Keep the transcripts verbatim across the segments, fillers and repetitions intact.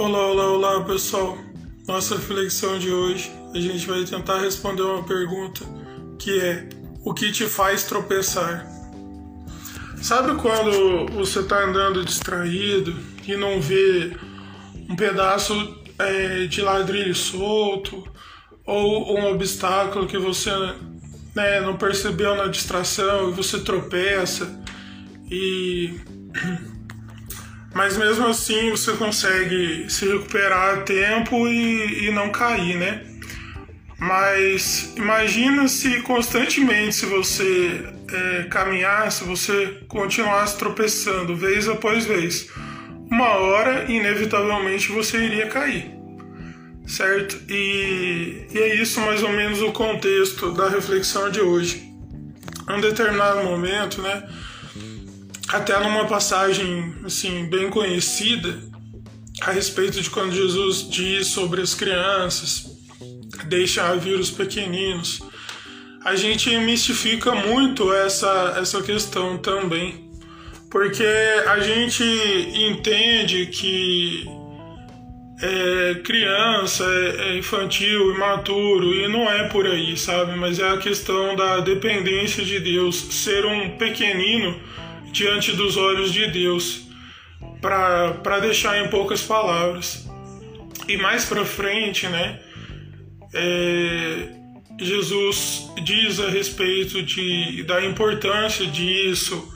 Olá, olá, olá pessoal. Nossa reflexão de hoje, a gente vai tentar responder uma pergunta que é: o que te faz tropeçar? Sabe quando você está andando distraído e não vê um pedaço é, de ladrilho solto ou um obstáculo que você né, não percebeu na distração e você tropeça e mas mesmo assim você consegue se recuperar a tempo e, e não cair, né? Mas imagina se constantemente, se você é, caminhasse, você continuasse tropeçando vez após vez, uma hora inevitavelmente você iria cair, certo? E, e é isso mais ou menos o contexto da reflexão de hoje. Em um determinado momento, né? Até numa passagem assim, bem conhecida a respeito de quando Jesus diz sobre as crianças, deixa vir os pequeninos, a gente mistifica muito essa, essa questão também, porque a gente entende que é criança, é infantil, imaturo, e não é por aí, sabe? Mas é a questão da dependência de Deus, ser um pequenino diante dos olhos de Deus, para deixar em poucas palavras. E mais para frente, né, é, Jesus diz a respeito de, da importância disso,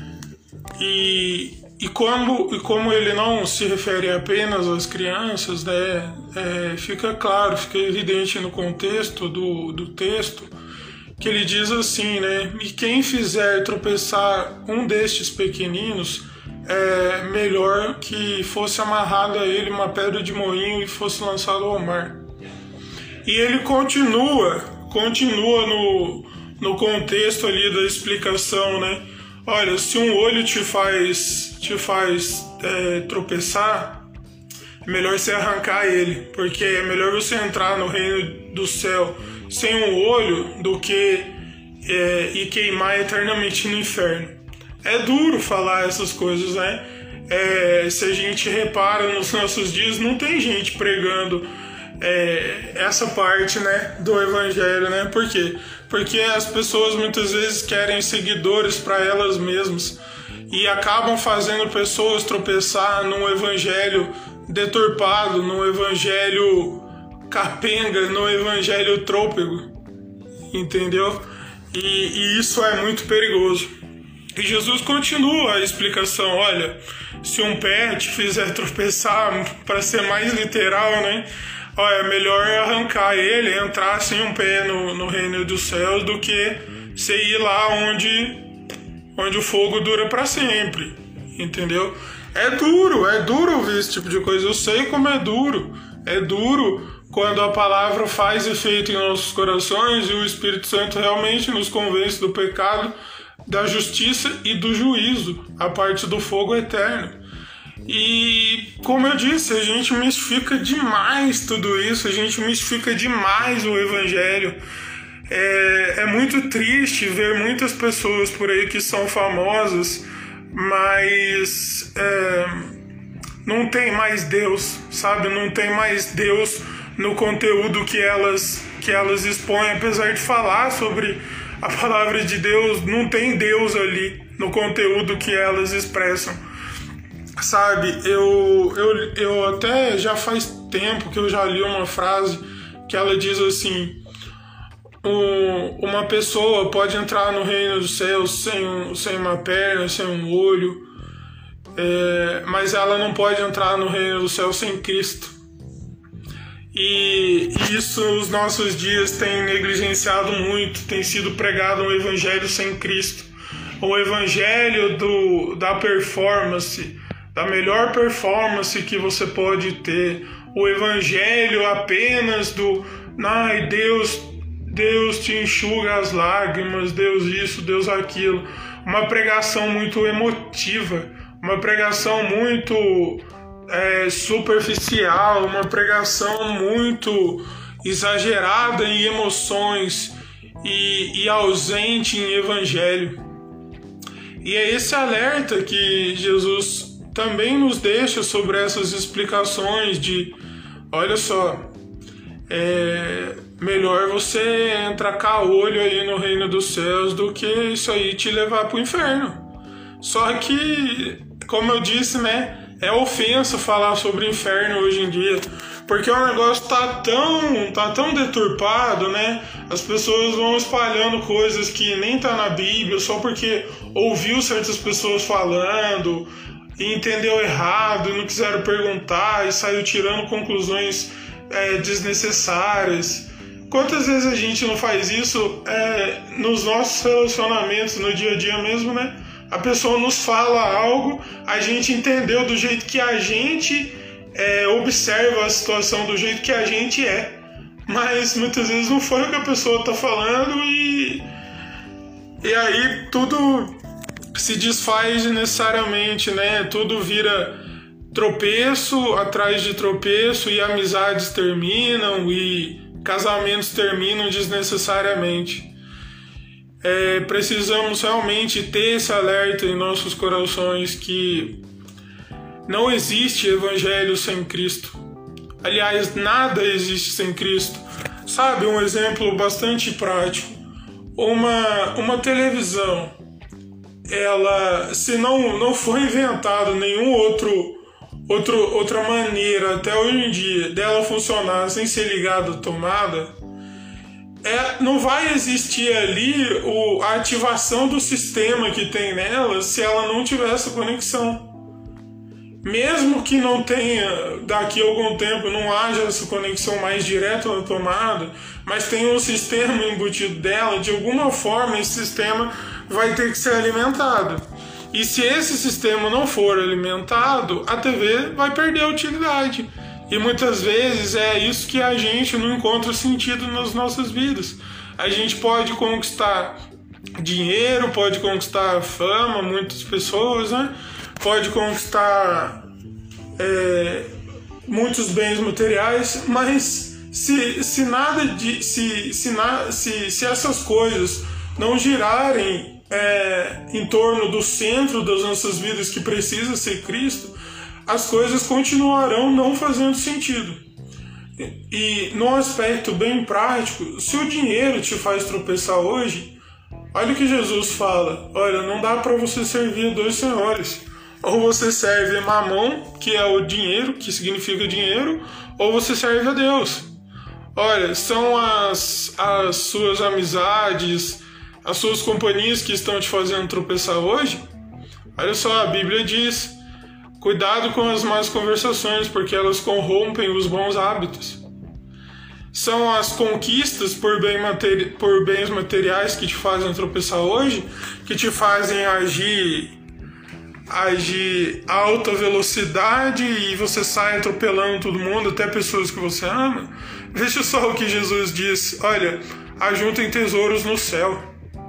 e, e, como, e como ele não se refere apenas às crianças, né, é, fica claro, fica evidente no contexto do, do texto, que ele diz assim, né? E quem fizer tropeçar um destes pequeninos, é melhor que fosse amarrado a ele uma pedra de moinho e fosse lançado ao mar. E ele continua, continua no, no contexto ali da explicação, né? Olha, se um olho te faz, te faz é, tropeçar, é melhor você arrancar ele, porque é melhor você entrar no reino do céu sem um olho do que é, e queimar eternamente no inferno. É duro falar essas coisas, né? É, se a gente repara nos nossos dias, não tem gente pregando é, essa parte, né, do evangelho, né? Por quê? Porque as pessoas muitas vezes querem seguidores para elas mesmas e acabam fazendo pessoas tropeçar num evangelho deturpado, num evangelho capenga, no evangelho trôpego, entendeu? E, e isso é muito perigoso. E Jesus continua a explicação, olha, se um pé te fizer tropeçar, para ser mais literal, né? Olha, é melhor arrancar ele, entrar sem um pé no, no reino dos céus, do que você ir lá onde, onde o fogo dura para sempre, entendeu? É duro, é duro ouvir esse tipo de coisa, eu sei como é duro, é duro quando a palavra faz efeito em nossos corações e o Espírito Santo realmente nos convence do pecado, da justiça e do juízo, a parte do fogo eterno. E, como eu disse, a gente mistifica demais tudo isso, a gente mistifica demais o Evangelho. É, é muito triste ver muitas pessoas por aí que são famosas, mas é, não tem mais Deus, sabe? Não tem mais Deus no conteúdo que elas, que elas expõem, apesar de falar sobre a palavra de Deus, não tem Deus ali no conteúdo que elas expressam, sabe? Eu, eu, eu até já faz tempo que eu já li uma frase que ela diz assim: um, uma pessoa pode entrar no reino dos céus sem, um, sem uma perna, sem um olho, é, mas ela não pode entrar no reino dos céus sem Cristo. E isso os nossos dias têm negligenciado muito, tem sido pregado um evangelho sem Cristo, um evangelho do, da performance, da melhor performance que você pode ter, o evangelho apenas do, ai, Deus, Deus te enxuga as lágrimas, Deus isso, Deus aquilo, uma pregação muito emotiva, uma pregação muito É, superficial, uma pregação muito exagerada em emoções e, e ausente em evangelho. E é esse alerta que Jesus também nos deixa sobre essas explicações de, olha só, é melhor você entrar caolho aí no reino dos céus do que isso aí te levar para o inferno. Só que, como eu disse, né, é ofensa falar sobre o inferno hoje em dia, porque o negócio tá tão, tá tão deturpado, né? As pessoas vão espalhando coisas que nem tá na Bíblia só porque ouviu certas pessoas falando e entendeu errado e não quiseram perguntar e saiu tirando conclusões é, desnecessárias. Quantas vezes a gente não faz isso é, nos nossos relacionamentos, no dia a dia mesmo, né? A pessoa nos fala algo, a gente entendeu do jeito que a gente é, observa a situação, do jeito que a gente é. Mas muitas vezes não foi o que a pessoa está falando e, e aí tudo se desfaz necessariamente, né? Tudo vira tropeço atrás de tropeço e amizades terminam e casamentos terminam desnecessariamente. É, precisamos realmente ter esse alerta em nossos corações que não existe evangelho sem Cristo. Aliás, nada existe sem Cristo. Sabe, um exemplo bastante prático. Uma, uma televisão, ela, se não, não for inventado nenhum outro, outro outra maneira até hoje em dia dela funcionar sem ser ligada à tomada, É, não vai existir ali o, a ativação do sistema que tem nela se ela não tiver essa conexão. Mesmo que não tenha, daqui a algum tempo, não haja essa conexão mais direta na tomada, mas tem um sistema embutido dela, de alguma forma esse sistema vai ter que ser alimentado. E se esse sistema não for alimentado, a T V vai perder a utilidade. E muitas vezes é isso que a gente não encontra sentido nas nossas vidas. A gente pode conquistar dinheiro, pode conquistar fama, muitas pessoas, né? Pode conquistar é, muitos bens materiais, mas se, se nada de, se, se, na, se, se essas coisas não girarem é, em torno do centro das nossas vidas, que precisa ser Cristo, as coisas continuarão não fazendo sentido. E, num aspecto bem prático, se o dinheiro te faz tropeçar hoje, olha o que Jesus fala: olha, não dá para você servir a dois senhores. Ou você serve Mamon, que é o dinheiro, que significa dinheiro, ou você serve a Deus. Olha, são as, as suas amizades, as suas companhias que estão te fazendo tropeçar hoje. Olha só, a Bíblia diz: cuidado com as más conversações, porque elas corrompem os bons hábitos. São as conquistas por, bem materi- por bens materiais que te fazem tropeçar hoje, que te fazem agir, agir a alta velocidade e você sai atropelando todo mundo, até pessoas que você ama. Veja só o que Jesus disse: olha, ajuntem tesouros no céu,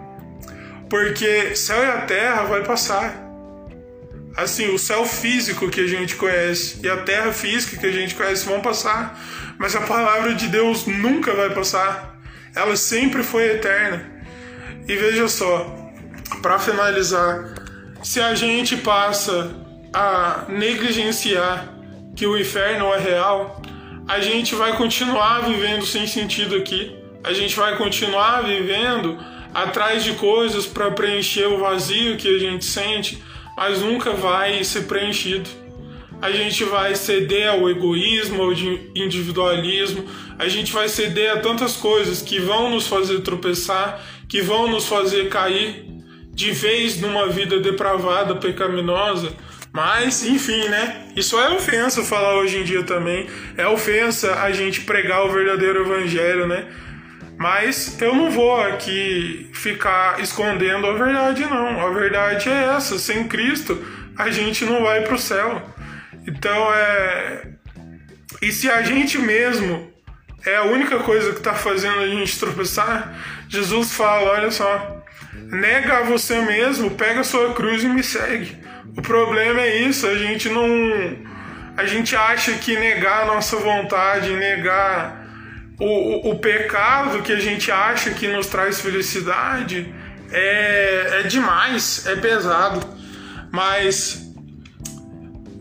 porque céu e a terra vai passar. Assim, o céu físico que a gente conhece e a terra física que a gente conhece vão passar, mas a palavra de Deus nunca vai passar. Ela sempre foi eterna. E veja só, para finalizar, se a gente passa a negligenciar que o inferno é real, a gente vai continuar vivendo sem sentido aqui. A gente vai continuar vivendo atrás de coisas para preencher o vazio que a gente sente, mas nunca vai ser preenchido. A gente vai ceder ao egoísmo, ao individualismo, a gente vai ceder a tantas coisas que vão nos fazer tropeçar, que vão nos fazer cair de vez numa vida depravada, pecaminosa. Mas, enfim, né? Isso é ofensa falar hoje em dia também. É ofensa a gente pregar o verdadeiro evangelho, né? Mas eu não vou aqui ficar escondendo a verdade, não. A verdade é essa: sem Cristo a gente não vai para o céu. Então é... E se a gente mesmo é a única coisa que está fazendo a gente tropeçar, Jesus fala: olha só, nega a você mesmo, pega a sua cruz e me segue. O problema é isso, a gente não... A gente acha que negar a nossa vontade, negar O, o, o pecado que a gente acha que nos traz felicidade é, é demais, é pesado. Mas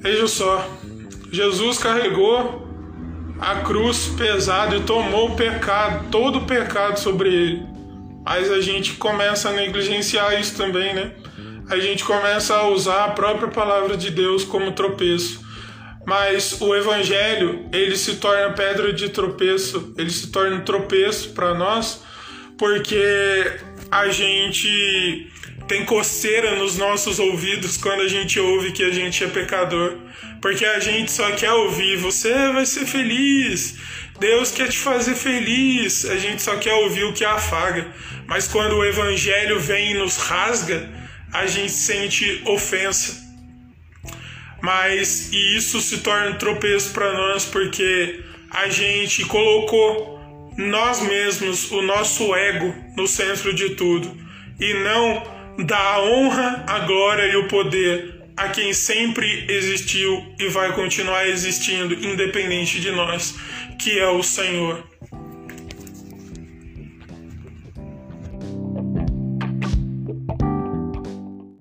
Veja só, Jesus carregou a cruz pesada e tomou o pecado, todo o pecado sobre ele. Mas a gente começa a negligenciar isso também, né? A gente começa a usar a própria palavra de Deus como tropeço. Mas o evangelho, ele se torna pedra de tropeço, ele se torna um tropeço para nós, porque a gente tem coceira nos nossos ouvidos quando a gente ouve que a gente é pecador. Porque a gente só quer ouvir, você vai ser feliz, Deus quer te fazer feliz. A gente só quer ouvir o que afaga. Mas quando o evangelho vem e nos rasga, a gente sente ofensa. Mas e isso se torna um tropeço para nós, porque a gente colocou nós mesmos, o nosso ego, no centro de tudo, e não dá a honra, a glória e o poder a quem sempre existiu e vai continuar existindo, independente de nós, que é o Senhor.